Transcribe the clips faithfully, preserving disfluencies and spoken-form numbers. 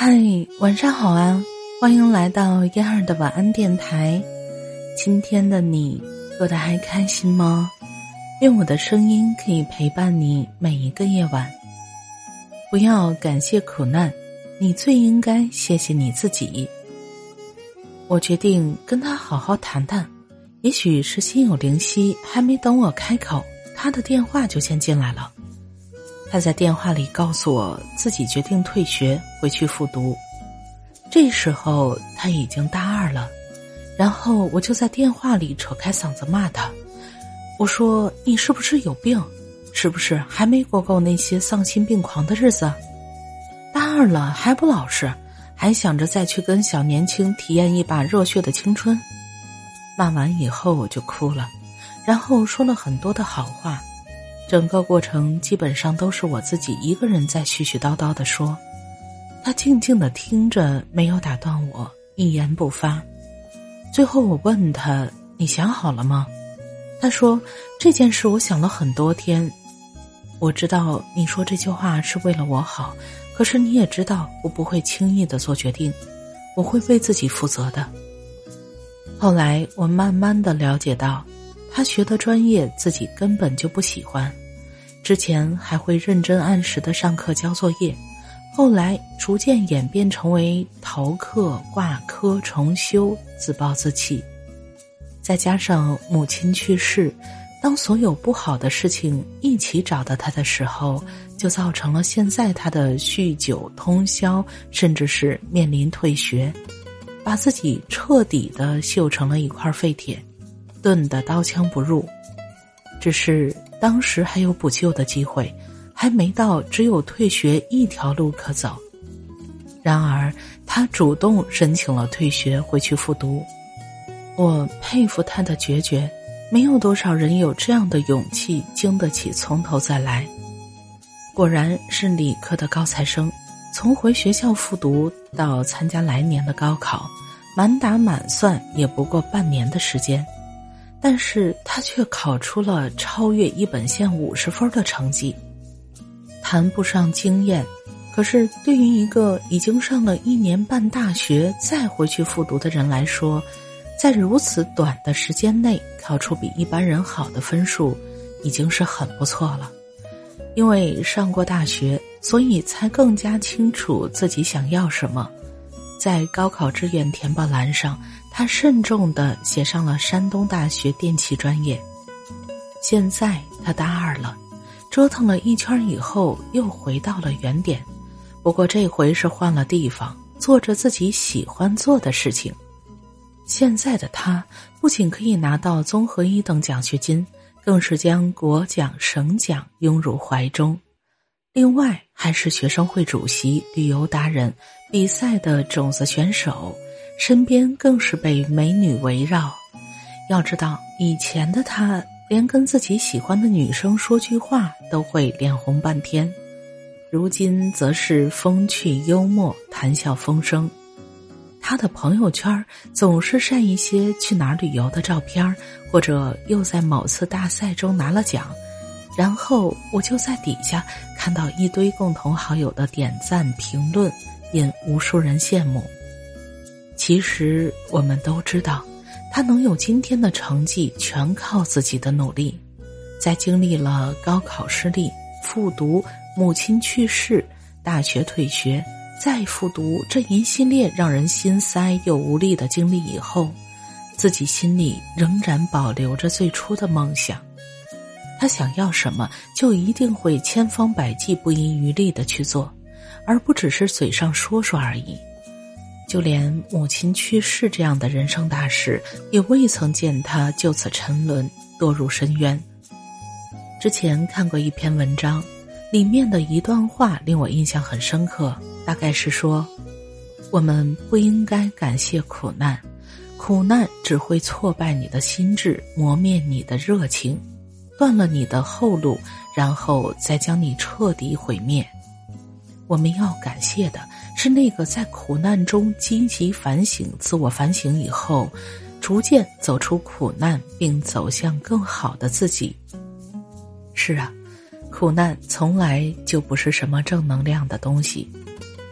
嗨，晚上好啊，欢迎来到燕儿的晚安电台。今天的你过得还开心吗？愿我的声音可以陪伴你每一个夜晚。不要感谢苦难，你最应该谢谢你自己。我决定跟他好好谈谈，也许是心有灵犀，还没等我开口，他的电话就先进来了。他在电话里告诉我自己决定退学回去复读，这时候他已经大二了。然后我就在电话里扯开嗓子骂他，我说你是不是有病？是不是还没过够那些丧心病狂的日子？大二了还不老实，还想着再去跟小年轻体验一把热血的青春。骂完以后我就哭了，然后说了很多的好话。整个过程基本上都是我自己一个人在絮絮叨叨地说，他静静地听着，没有打断我，一言不发。最后我问他，你想好了吗？他说，这件事我想了很多天。我知道你说这句话是为了我好，可是你也知道我不会轻易地做决定，我会为自己负责的。后来我慢慢地了解到，他学的专业自己根本就不喜欢，之前还会认真按时的上课交作业，后来逐渐演变成为逃课、挂科、重修，自暴自弃。再加上母亲去世，当所有不好的事情一起找到他的时候，就造成了现在他的酗酒、通宵，甚至是面临退学，把自己彻底的锈成了一块废铁，钝得刀枪不入。只是当时还有补救的机会，还没到只有退学一条路可走。然而他主动申请了退学回去复读。我佩服他的决绝，没有多少人有这样的勇气经得起从头再来。果然是理科的高材生，从回学校复读到参加来年的高考，满打满算也不过半年的时间，但是他却考出了超越一本线五十分的成绩。谈不上经验，可是对于一个已经上了一年半大学再回去复读的人来说，在如此短的时间内考出比一般人好的分数，已经是很不错了。因为上过大学，所以才更加清楚自己想要什么。在高考志愿填报栏上，他慎重地写上了山东大学电气专业。现在他大二了，折腾了一圈以后又回到了原点，不过这回是换了地方，做着自己喜欢做的事情。现在的他不仅可以拿到综合一等奖学金，更是将国奖、省奖拥入怀中。另外还是学生会主席、旅游达人、比赛的种子选手，身边更是被美女围绕。要知道，以前的他连跟自己喜欢的女生说句话都会脸红半天，如今则是风趣幽默，谈笑风生。他的朋友圈总是晒一些去哪儿旅游的照片，或者又在某次大赛中拿了奖，然后我就在底下看到一堆共同好友的点赞评论，引无数人羡慕。其实我们都知道，他能有今天的成绩全靠自己的努力。在经历了高考失利、复读、母亲去世、大学退学、再复读这一系列让人心塞又无力的经历以后，自己心里仍然保留着最初的梦想。他想要什么，就一定会千方百计不遗余力地去做，而不只是嘴上说说而已。就连母亲去世这样的人生大事，也未曾见他就此沉沦，堕入深渊。之前看过一篇文章，里面的一段话令我印象很深刻，大概是说，我们不应该感谢苦难，苦难只会挫败你的心智，磨灭你的热情，断了你的后路，然后再将你彻底毁灭。我们要感谢的是那个在苦难中积极反省、自我反省以后，逐渐走出苦难并走向更好的自己。是啊，苦难从来就不是什么正能量的东西，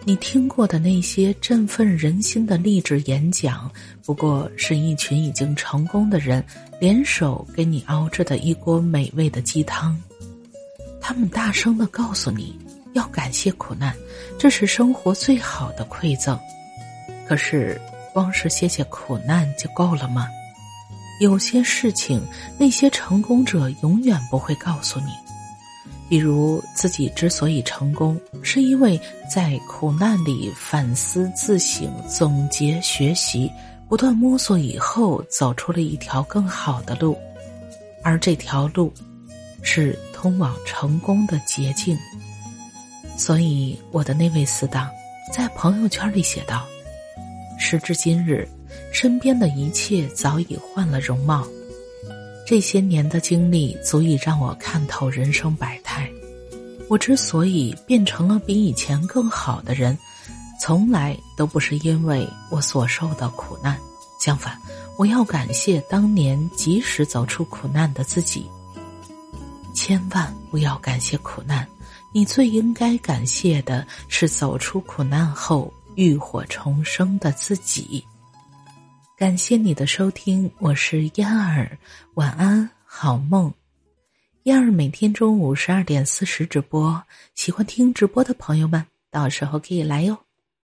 你听过的那些振奋人心的励志演讲，不过是一群已经成功的人联手给你熬制的一锅美味的鸡汤。他们大声地告诉你，要感谢苦难，这是生活最好的馈赠。可是，光是谢谢苦难就够了吗？有些事情，那些成功者永远不会告诉你。比如自己之所以成功，是因为在苦难里反思自省、总结学习，不断摸索以后走出了一条更好的路，而这条路是通往成功的捷径。所以我的那位死党在朋友圈里写道，时至今日，身边的一切早已换了容貌，这些年的经历足以让我看透人生百态。我之所以变成了比以前更好的人，从来都不是因为我所受的苦难，相反，我要感谢当年及时走出苦难的自己。千万不要感谢苦难，你最应该感谢的是走出苦难后浴火重生的自己。感谢你的收听，我是燕儿，晚安，好梦。燕儿每天中午十二点四十直播，喜欢听直播的朋友们，到时候可以来哟。